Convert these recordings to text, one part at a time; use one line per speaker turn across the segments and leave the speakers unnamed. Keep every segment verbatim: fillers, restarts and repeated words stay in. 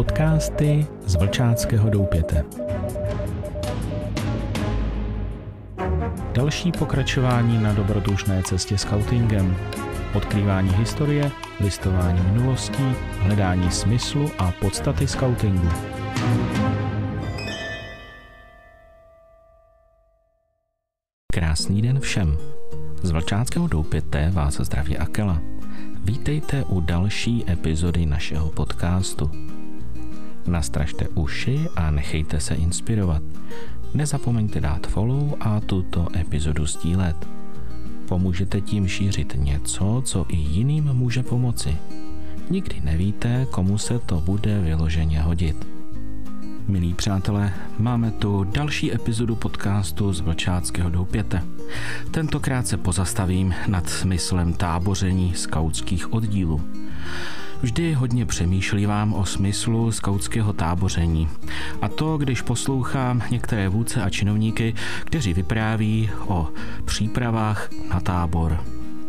Podcasty z Vlčáckého doupěte. Další pokračování na dobrodružné cestě skautingem. Odkrývání historie, listování minulostí, hledání smyslu a podstaty skautingu. Krásný den všem. Z Vlčáckého doupěte vás zdraví Akela. Vítejte u další epizody našeho podcastu. Nastražte uši a nechejte se inspirovat. Nezapomeňte dát follow a tuto epizodu sdílet. Pomůžete tím šířit něco, co i jiným může pomoci. Nikdy nevíte, komu se to bude vyloženě hodit. Milí přátelé, máme tu další epizodu podcastu z Vlčáckého doupěte. Tentokrát se pozastavím nad smyslem táboření skautských oddílů. Vždy hodně přemýšlívám o smyslu skautského táboření. A to, když poslouchám některé vůdce a činovníky, kteří vypráví o přípravách na tábor.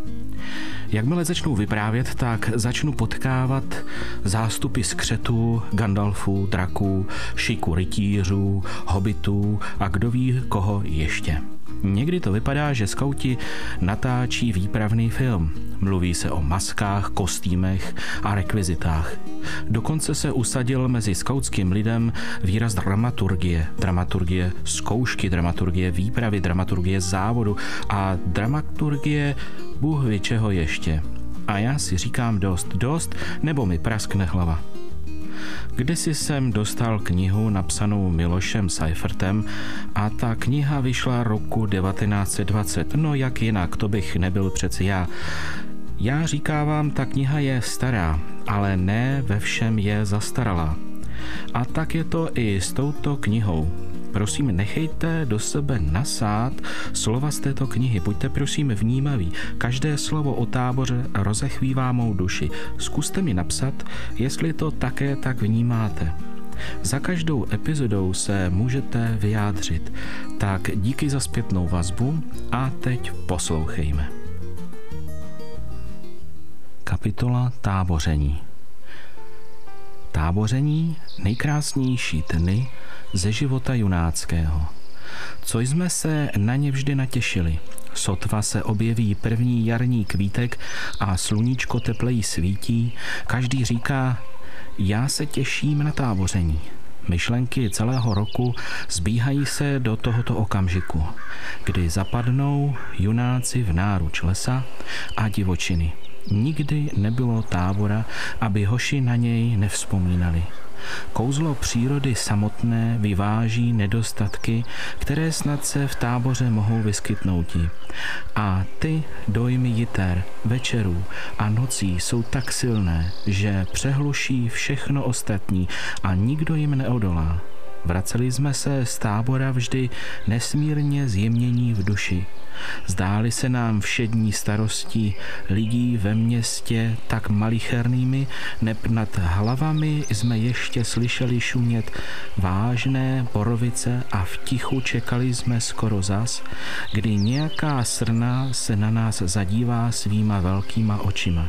Jakmile začnu vyprávět, tak začnu potkávat zástupy skřetů, Gandalfů, draků, šiku rytířů, hobitů a kdo ví koho ještě. Někdy to vypadá, že skauti natáčí výpravný film. Mluví se o maskách, kostýmech a rekvizitách. Dokonce se usadil mezi skautským lidem výraz dramaturgie. Dramaturgie zkoušky, dramaturgie výpravy, dramaturgie závodu a dramaturgie Bůh ví čeho ještě. A já si říkám dost, dost, nebo mi praskne hlava. Kdysi jsem dostal knihu napsanou Milošem Seifertem a ta kniha vyšla roku devatenáct set dvacet. No jak jinak, to bych nebyl přeci já. Já říkávám, ta kniha je stará, ale ne ve všem je zastaralá. A tak je to i s touto knihou. Prosím, nechejte do sebe nasát slova z této knihy. Buďte prosím vnímaví. Každé slovo o táboře rozechvívá mou duši. Zkuste mi napsat, jestli to také tak vnímáte. Za každou epizodou se můžete vyjádřit. Tak díky za zpětnou vazbu a teď poslouchejme. Kapitola táboření. Táboření, nejkrásnější dny ze života junáckého. Co jsme se na ně vždy natěšili. Sotva se objeví první jarní kvítek a sluníčko tepleji svítí, každý říká, já se těším na táboření. Myšlenky celého roku zbíhají se do tohoto okamžiku, kdy zapadnou junáci v náruč lesa a divočiny. Nikdy nebylo tábora, aby hoši na něj nevzpomínali. Kouzlo přírody samotné vyváží nedostatky, které snad se v táboře mohou vyskytnout. A ty dojmy jiter, večerů a nocí jsou tak silné, že přehluší všechno ostatní a nikdo jim neodolá. Vraceli jsme se z tábora vždy nesmírně zjemnění v duši. Zdály se nám všední starosti lidí ve městě tak malichernými, neb nad hlavami jsme ještě slyšeli šumět vážné borovice a v tichu čekali jsme skoro zas, kdy nějaká srna se na nás zadívá svýma velkýma očima.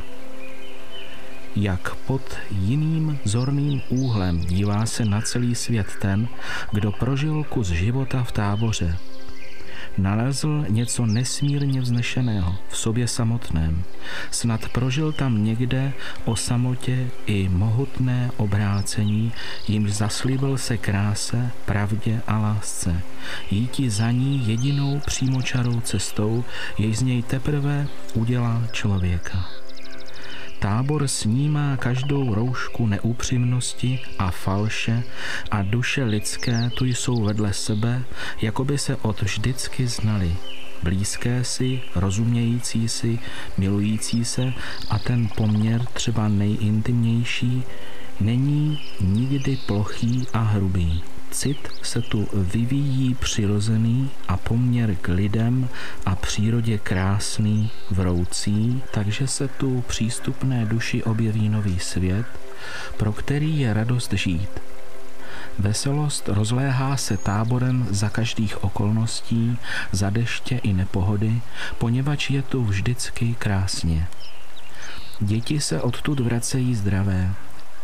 Jak pod jiným zorným úhlem dívá se na celý svět ten, kdo prožil kus života v táboře. Nalezl něco nesmírně vznešeného v sobě samotném. Snad prožil tam někde o samotě i mohutné obrácení, jimž zaslíbil se kráse, pravdě a lásce. Jíti za ní jedinou přímočarou cestou, jež z něj teprve udělá člověka. Tábor snímá každou roušku neupřímnosti a falše a duše lidské tu jsou vedle sebe, jako by se od vždycky znali. Blízké si, rozumějící si, milující se a ten poměr třeba nejintimnější není nikdy plochý a hrubý. Cit se tu vyvíjí přirozený a poměr k lidem a přírodě krásný, vroucí, takže se tu přístupné duši objeví nový svět, pro který je radost žít. Veselost rozléhá se táborem za každých okolností, za deště i nepohody, poněvadž je tu vždycky krásně. Děti se odtud vracejí zdravé.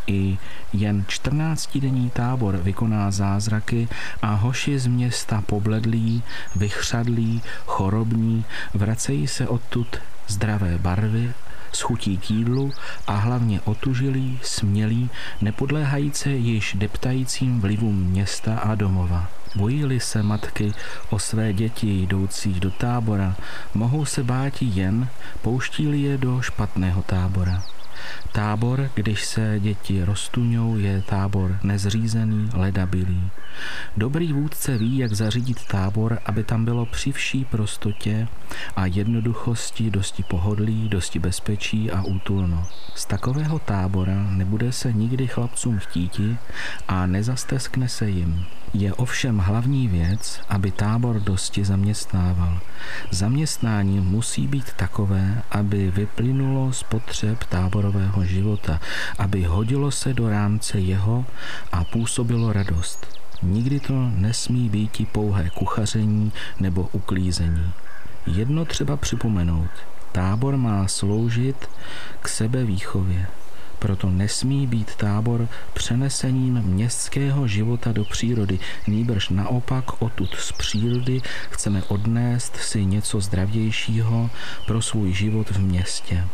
I jen čtrnáctidenní tábor vykoná zázraky a hoši z města pobledlí, vychřadlí, chorobní, vracejí se odtud zdravé barvy, s chutí k jídlu a hlavně otužilí, smělí, nepodléhající již deptajícím vlivům města a domova. Bojí-li se matky o své děti jdoucí do tábora, mohou se báti jen, pouští-li je do špatného tábora. Tábor, když se děti roztuňou, je tábor nezřízený, ledabilý. Dobrý vůdce ví, jak zařídit tábor, aby tam bylo při vší prostotě a jednoduchosti dosti pohodlí, dosti bezpečí a útulno. Z takového tábora nebude se nikdy chlapcům chtíti a nezasteskne se jim. Je ovšem hlavní věc, aby tábor dosti zaměstnával. Zaměstnání musí být takové, aby vyplynulo z potřeb táborového života, aby hodilo se do rámce jeho a působilo radost. Nikdy to nesmí být pouhé kuchaření nebo uklízení. Jedno třeba připomenout. Tábor má sloužit k sebevýchově. Proto nesmí být tábor přenesením městského života do přírody, nýbrž naopak odtud z přírody chceme odnést si něco zdravějšího pro svůj život v městě.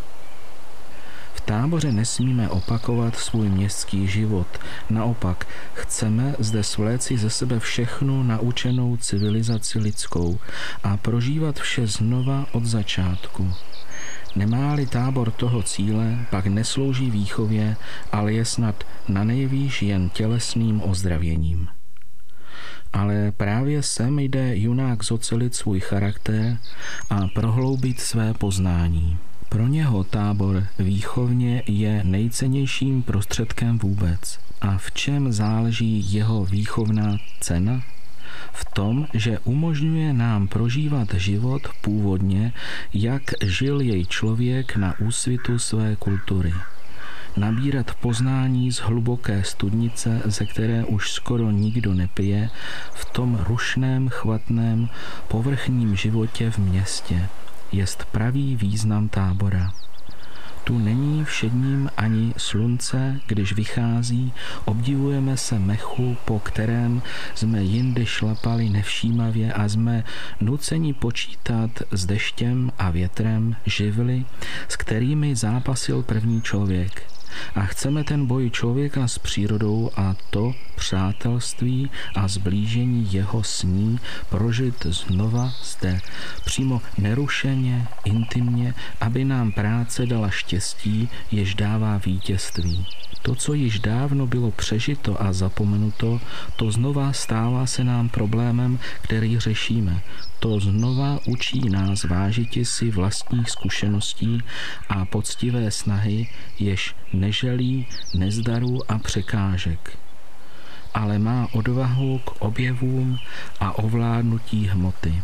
V táboře nesmíme opakovat svůj městský život, naopak chceme zde svléci ze sebe všechnu naučenou civilizaci lidskou a prožívat vše znova od začátku. Nemá-li tábor toho cíle, pak neslouží výchově, ale je snad nanejvýš jen tělesným ozdravěním. Ale právě sem jde junák zocelit svůj charakter a prohloubit své poznání. Pro něho tábor výchovně je nejcennějším prostředkem vůbec. A v čem záleží jeho výchovná cena? V tom, že umožňuje nám prožívat život původně, jak žil jej člověk na úsvitu své kultury. Nabírat poznání z hluboké studnice, ze které už skoro nikdo nepije, v tom rušném, chvatném, povrchním životě v městě, jest pravý význam tábora. Tu není všedním ani slunce, když vychází, obdivujeme se mechu, po kterém jsme jindy šlapali nevšímavě a jsme nuceni počítat s deštěm a větrem, živly, s kterými zápasil první člověk. A chceme ten boj člověka s přírodou a to přátelství a zblížení jeho s ní prožit znova zde, přímo nerušeně, intimně, aby nám práce dala štěstí, jež dává vítězství. To, co již dávno bylo přežito a zapomenuto, to znova stává se nám problémem, který řešíme. To znova učí nás vážiti si vlastních zkušeností a poctivé snahy, jež neželí nezdarů a překážek, ale má odvahu k objevům a ovládnutí hmoty.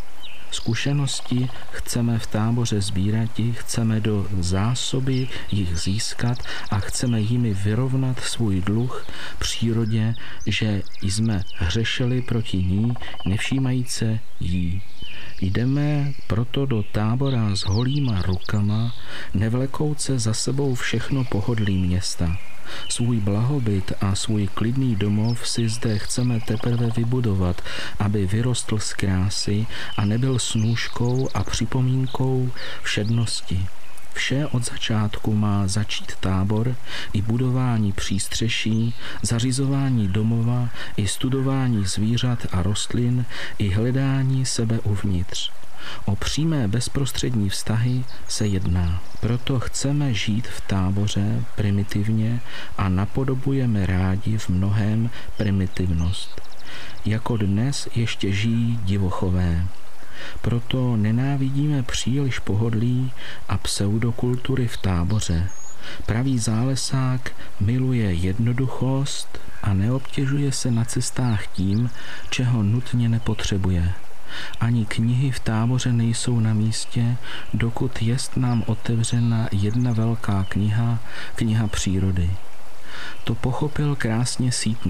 Zkušenosti chceme v táboře sbírati, chceme do zásoby jich získat a chceme jimi vyrovnat svůj dluh přírodě, že jsme hřešili proti ní, nevšímajíce jí. Jdeme proto do tábora s holýma rukama, nevlekouce za sebou všechno pohodlí města. Svůj blahobyt a svůj klidný domov si zde chceme teprve vybudovat, aby vyrostl z krásy a nebyl snůškou a připomínkou všednosti. Vše od začátku má začít tábor, i budování přístřeší, zařizování domova, i studování zvířat a rostlin, i hledání sebe uvnitř. O přímé bezprostřední vztahy se jedná. Proto chceme žít v táboře primitivně a napodobujeme rádi v mnohém primitivnost. Jako dnes ještě žijí divochové. Proto nenávidíme příliš pohodlí a pseudokultury v táboře. Pravý zálesák miluje jednoduchost a neobtěžuje se na cestách tím, čeho nutně nepotřebuje. Ani knihy v táboře nejsou na místě, dokud jest nám otevřena jedna velká kniha, kniha přírody. To pochopil krásně Seaton.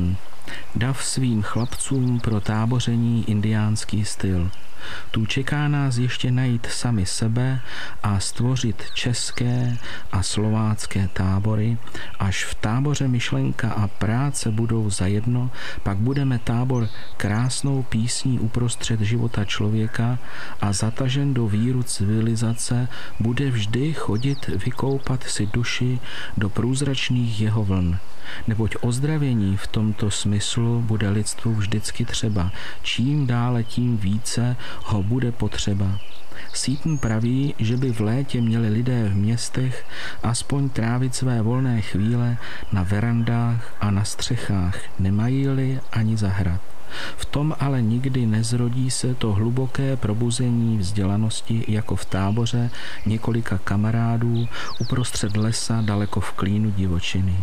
dav svým chlapcům pro táboření indiánský styl. Tu čeká nás ještě najít sami sebe a stvořit české a slovácké tábory. Až v táboře myšlenka a práce budou zajedno, pak budeme tábor krásnou písní uprostřed života člověka a zatažen do víru civilizace bude vždy chodit vykoupat si duši do průzračných jeho vln. Neboť ozdravění v tomto smyslu bude lidstvu vždycky třeba. Čím dále, tím více ho bude potřeba. Seaton praví, že by v létě měli lidé v městech aspoň trávit své volné chvíle na verandách a na střechách, nemají-li ani zahrad. V tom ale nikdy nezrodí se to hluboké probuzení vzdělanosti jako v táboře několika kamarádů uprostřed lesa daleko v klínu divočiny.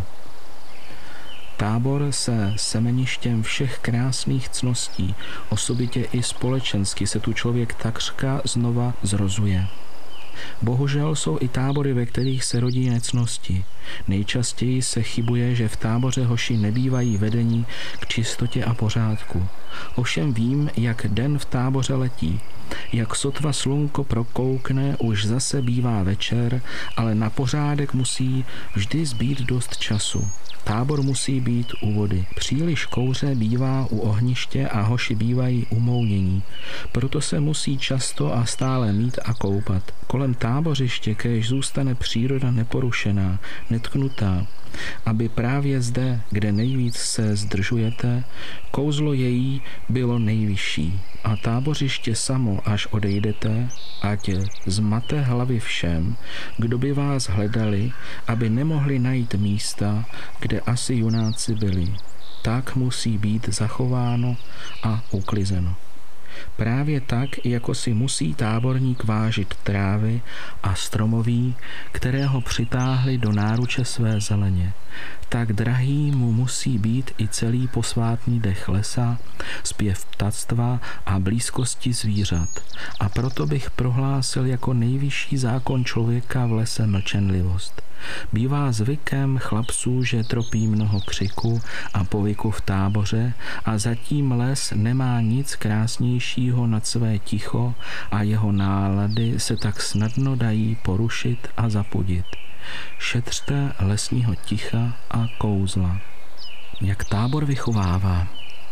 Tábor se semeništěm všech krásných cností, osobitě i společensky se tu člověk takřka znova zrozuje. Bohužel jsou i tábory, ve kterých se rodí necnosti. Nejčastěji se chybuje, že v táboře hoši nebývají vedení k čistotě a pořádku. Ovšem vím, jak den v táboře letí. Jak sotva slunko prokoukne, už zase bývá večer, ale na pořádek musí vždy zbýt dost času. Tábor musí být u vody. Příliš kouře bývá u ohniště a hoši bývají umounění. Proto se musí často a stále mít a koupat. Kolem tábořiště kéž zůstane příroda neporušená, netknutá, aby právě zde, kde nejvíc se zdržujete, kouzlo její bylo nejvyšší. A tábořiště samo, až odejdete, ať zmate hlavy všem, kdo by vás hledali, aby nemohli najít místa, kde asi junáci byli. Tak musí být zachováno a uklizeno. Právě tak, jako si musí táborník vážit trávy a stromoví, které ho přitáhly do náruče své zeleně, tak drahý mu musí být i celý posvátný dech lesa, zpěv ptactva a blízkosti zvířat. A proto bych prohlásil jako nejvyšší zákon člověka v lese mlčenlivost. Bývá zvykem chlapců, že tropí mnoho křiku a povyku v táboře a zatím les nemá nic krásnějšího nad své ticho a jeho nálady se tak snadno dají porušit a zapudit. Šetřte lesního ticha a kouzla. Jak tábor vychovává.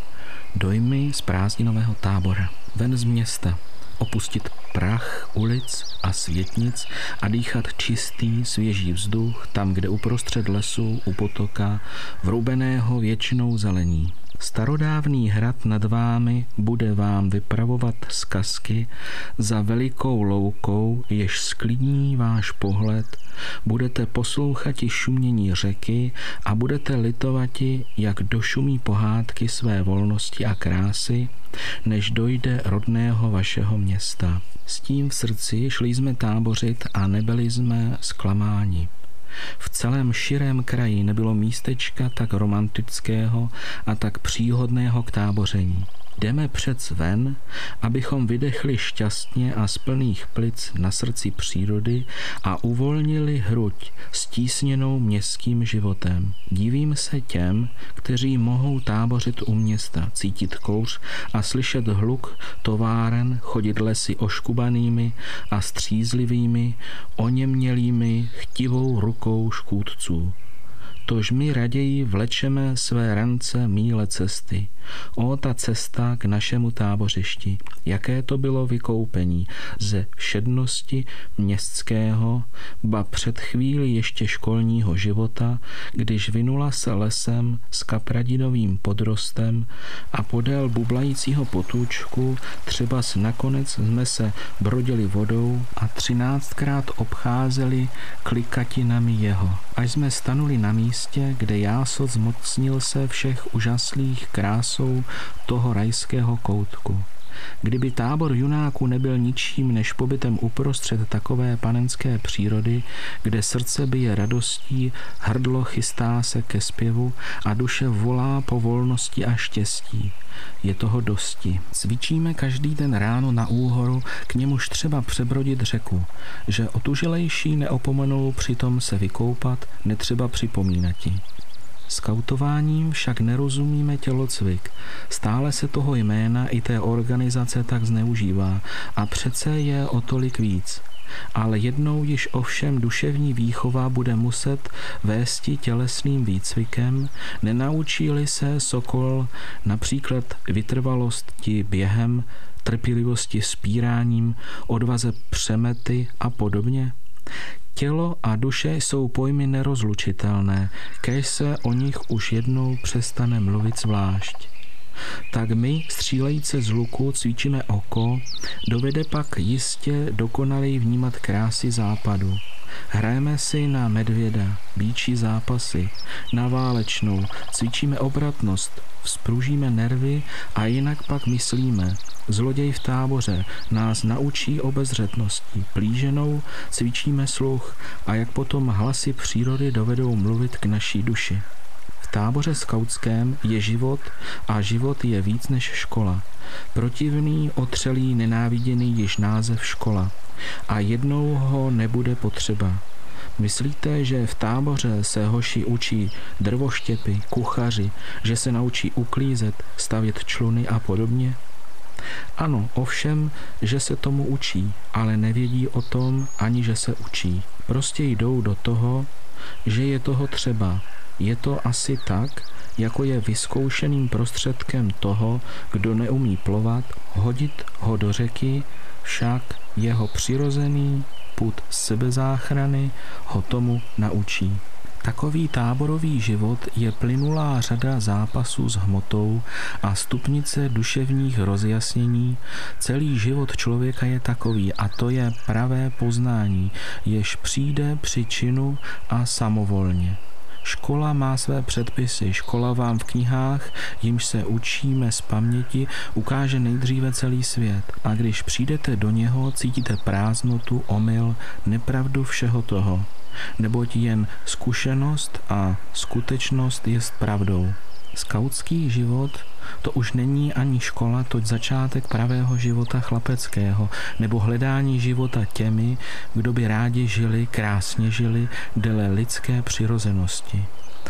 Dojmy z prázdninového tábora. Ven z města. Opustit prach ulic a světnic a dýchat čistý, svěží vzduch tam, kde uprostřed lesu, u potoka, vroubeného věčnou zelení. Starodávný hrad nad vámi bude vám vypravovat zkazky za velikou loukou, jež sklidní váš pohled, budete poslouchati šumění řeky a budete litovati, jak došumí pohádky své volnosti a krásy, než dojde rodného vašeho města. S tím v srdci šli jsme tábořit a nebyli jsme zklamáni. V celém širém kraji nebylo místečka tak romantického a tak příhodného k táboření. Jdeme přec ven, abychom vydechli šťastně a z plných plic na srdci přírody a uvolnili hruď stísněnou městským životem. Divím se těm, kteří mohou tábořit u města, cítit kouř a slyšet hluk továren, chodit lesy oškubanými a střízlivými, oněmělými, chtivou rukou škůdců. Tož my raději vlečeme své rance míle cesty. O, ta cesta k našemu tábořišti, jaké to bylo vykoupení ze všednosti městského, ba před chvíli ještě školního života, když vinula se lesem s kapradinovým podrostem a podél bublajícího potůčku třeba nakonec jsme se brodili vodou a třináctkrát obcházeli klikatinami jeho, až jsme stanuli na místě, kde jásot zmocnil se všech úžaslých krásou toho rajského koutku. Kdyby tábor junáků nebyl ničím než pobytem uprostřed takové panenské přírody, kde srdce bije radostí, hrdlo chystá se ke zpěvu a duše volá po volnosti a štěstí. Je toho dosti. Cvičíme každý den ráno na úhoru, k němuž třeba přebrodit řeku, že otužilejší neopomenou přitom se vykoupat, netřeba připomínati. Skautováním však nerozumíme tělocvik. Stále se toho jména i té organizace tak zneužívá a přece je o tolik víc. Ale jednou již ovšem duševní výchova bude muset vésti tělesným výcvikem, nenaučí-li se sokol například vytrvalosti během, trpělivosti spíráním, odvaze přemety a podobně. Tělo a duše jsou pojmy nerozlučitelné, kéž se o nich už jednou přestane mluvit zvlášť. Tak my, střílejíce z luku, cvičíme oko, dovede pak jistě dokonaleji vnímat krásy západu. Hrajeme si na medvěda, býčí zápasy, na válečnou, cvičíme obratnost, vzpružíme nervy a jinak pak myslíme. Zloděj v táboře nás naučí obezřetnosti, plíženou cvičíme sluch a jak potom hlasy přírody dovedou mluvit k naší duši. V táboře skautském je život a život je víc než škola. Protivný, otřelý, nenáviděný již název škola. A jednou ho nebude potřeba. Myslíte, že v táboře se hoši učí drvoštěpy, kuchaři, že se naučí uklízet, stavět čluny a podobně? Ano, ovšem, že se tomu učí, ale nevědí o tom ani, že se učí. Prostě jdou do toho, že je toho třeba. Je to asi tak, jako je vyzkoušeným prostředkem toho, kdo neumí plovat, hodit ho do řeky, však jeho přirozený pud sebezáchrany ho tomu naučí. Takový táborový život je plynulá řada zápasů s hmotou a stupnice duševních rozjasnění. Celý život člověka je takový a to je pravé poznání, jež přijde při činu a samovolně. Škola má své předpisy, škola vám v knihách, jimž se učíme z paměti, ukáže nejdříve celý svět. A když přijdete do něho, cítíte prázdnotu, omyl, nepravdu všeho toho. Neboť jen zkušenost a skutečnost jest pravdou. Skautský život to už není ani škola, toť začátek pravého života chlapeckého, nebo hledání života těmi, kdo by rádi žili, krásně žili, dle lidské přirozenosti.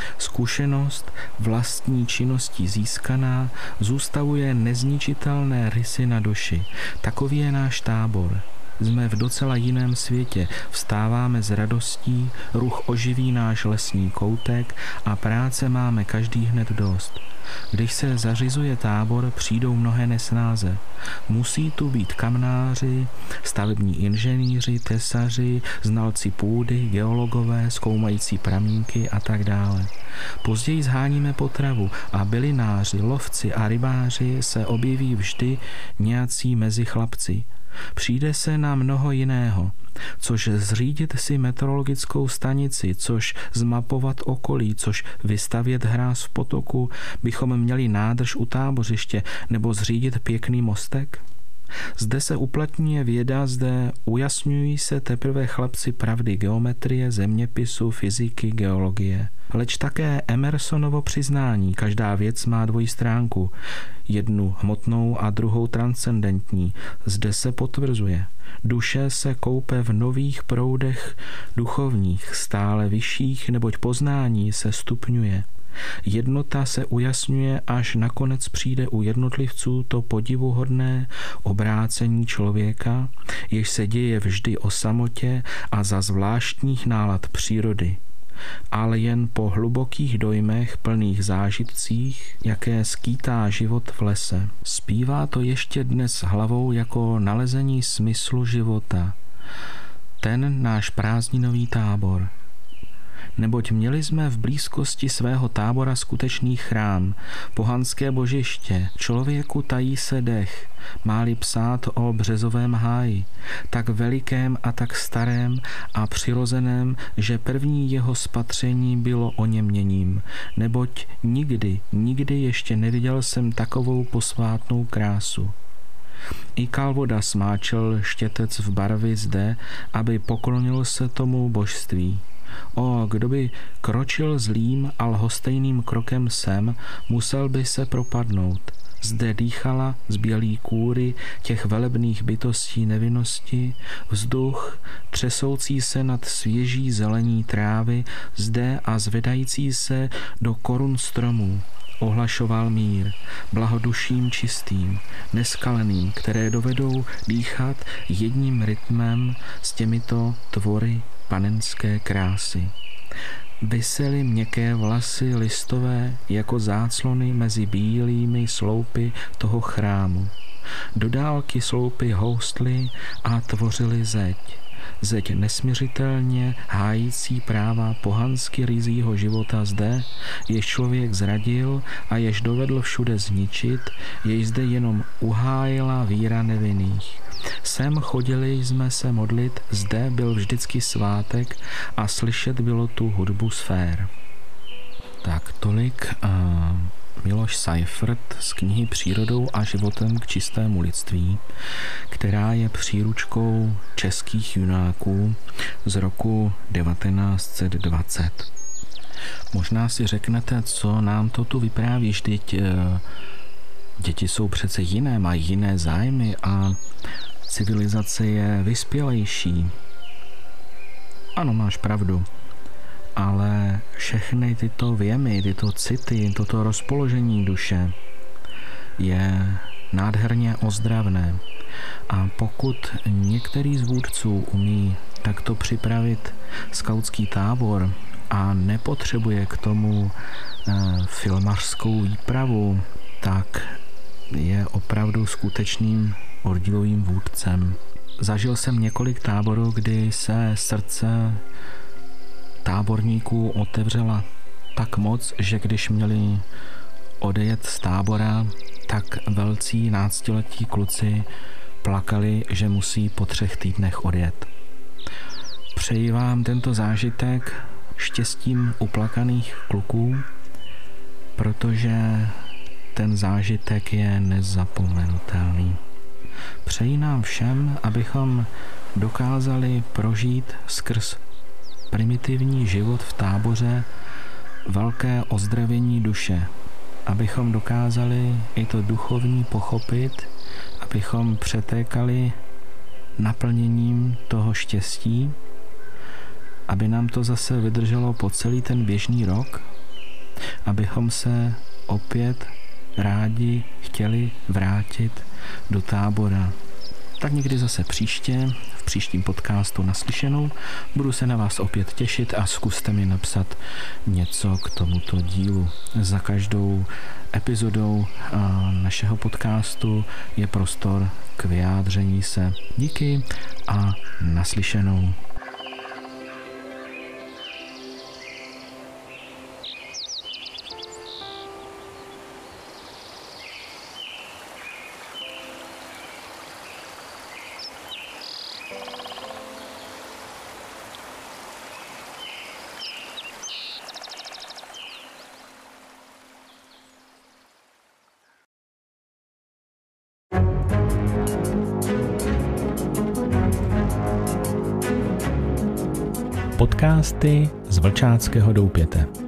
Zkušenost vlastní činností získaná zůstavuje nezničitelné rysy na duši. Takový je náš tábor. Jsme v docela jiném světě, vstáváme s radostí, ruch oživí náš lesní koutek a práce máme každý hned dost. Když se zařizuje tábor, přijdou mnohé nesnáze. Musí tu být kamnáři, stavební inženýři, tesaři, znalci půdy, geologové, zkoumající pramínky a tak dále. Později zháníme potravu a bylináři, lovci a rybáři se objeví vždy nějací mezi chlapci. Přijde se na mnoho jiného, což zřídit si meteorologickou stanici, což zmapovat okolí, což vystavět hráz v potoku, bychom měli nádrž u tábořiště nebo zřídit pěkný mostek? Zde se uplatňuje věda, zde ujasňují se teprve chlapci pravdy geometrie, zeměpisu, fyziky, geologie. Leč také Emersonovo přiznání, každá věc má dvojí stránku, jednu hmotnou a druhou transcendentní, zde se potvrzuje. Duše se koupe v nových proudech duchovních, stále vyšších, neboť poznání se stupňuje. Jednota se ujasňuje, až nakonec přijde u jednotlivců to podivuhodné obrácení člověka, jež se děje vždy o samotě a za zvláštních nálad přírody, ale jen po hlubokých dojmech plných zážitcích, jaké skýtá život v lese. Zpívá to ještě dnes hlavou jako nalezení smyslu života. Ten náš prázdninový tábor. Neboť měli jsme v blízkosti svého tábora skutečný chrám, pohanské božiště, člověku tají se dech, má-li psát o březovém háji, tak velikém a tak starém a přirozeném, že první jeho spatření bylo oněměním, neboť nikdy, nikdy ještě neviděl jsem takovou posvátnou krásu. I kalvoda smáčel štětec v barvy zde, aby poklonil se tomu božství. O, kdo by kročil zlým a lhostejným krokem sem, musel by se propadnout. Zde dýchala z bělý kůry těch velebných bytostí nevinnosti vzduch, třesoucí se nad svěží zelení trávy, zde a zvedající se do korun stromů. Ohlašoval mír, blahoduším čistým, neskaleným, které dovedou dýchat jedním rytmem s těmito tvory panenské krásy. Visely měkké vlasy listové jako záclony mezi bílými sloupy toho chrámu. Do dálky sloupy houstly a tvořily zeď. Zeď nesměřitelně hájící práva pohansky rizího života zde, jež člověk zradil a jež dovedl všude zničit, jež zde jenom uhájila víra nevinných. Sem chodili jsme se modlit, zde byl vždycky svátek a slyšet bylo tu hudbu sfér. Tak tolik uh, Miloš Seifert z knihy Přírodou a životem k čistému lidství, která je příručkou českých junáků z roku devatenáct set dvacet. Možná si řeknete, co nám to tu vypráví, vždyť uh, děti jsou přece jiné, mají jiné zájmy a civilizace je vyspělejší. Ano, máš pravdu. Ale všechny tyto věmy, tyto city, toto rozpoložení duše je nádherně ozdravné. A pokud některý z vůdců umí takto připravit skautský tábor a nepotřebuje k tomu eh, filmařskou výpravu, tak je opravdu skutečným oddílovým vůdcem. Zažil jsem několik táborů, kdy se srdce táborníků otevřela tak moc, že když měli odejet z tábora, tak velcí náctiletí kluci plakali, že musí po třech týdnech odjet. Přeji vám tento zážitek štěstím uplakaných kluků, protože ten zážitek je nezapomenutelný. Přeji nám všem, abychom dokázali prožít skrz primitivní život v táboře velké ozdravění duše, abychom dokázali i to duchovní pochopit, abychom přetékali naplněním toho štěstí, aby nám to zase vydrželo po celý ten běžný rok, abychom se opět rádi chtěli vrátit do tábora. Tak někdy zase příště, v příštím podcastu naslyšenou, budu se na vás opět těšit a zkuste mi napsat něco k tomuto dílu. Za každou epizodou našeho podcastu je prostor k vyjádření se. Díky a naslyšenou. Podcasty z Vlčáckého doupěte.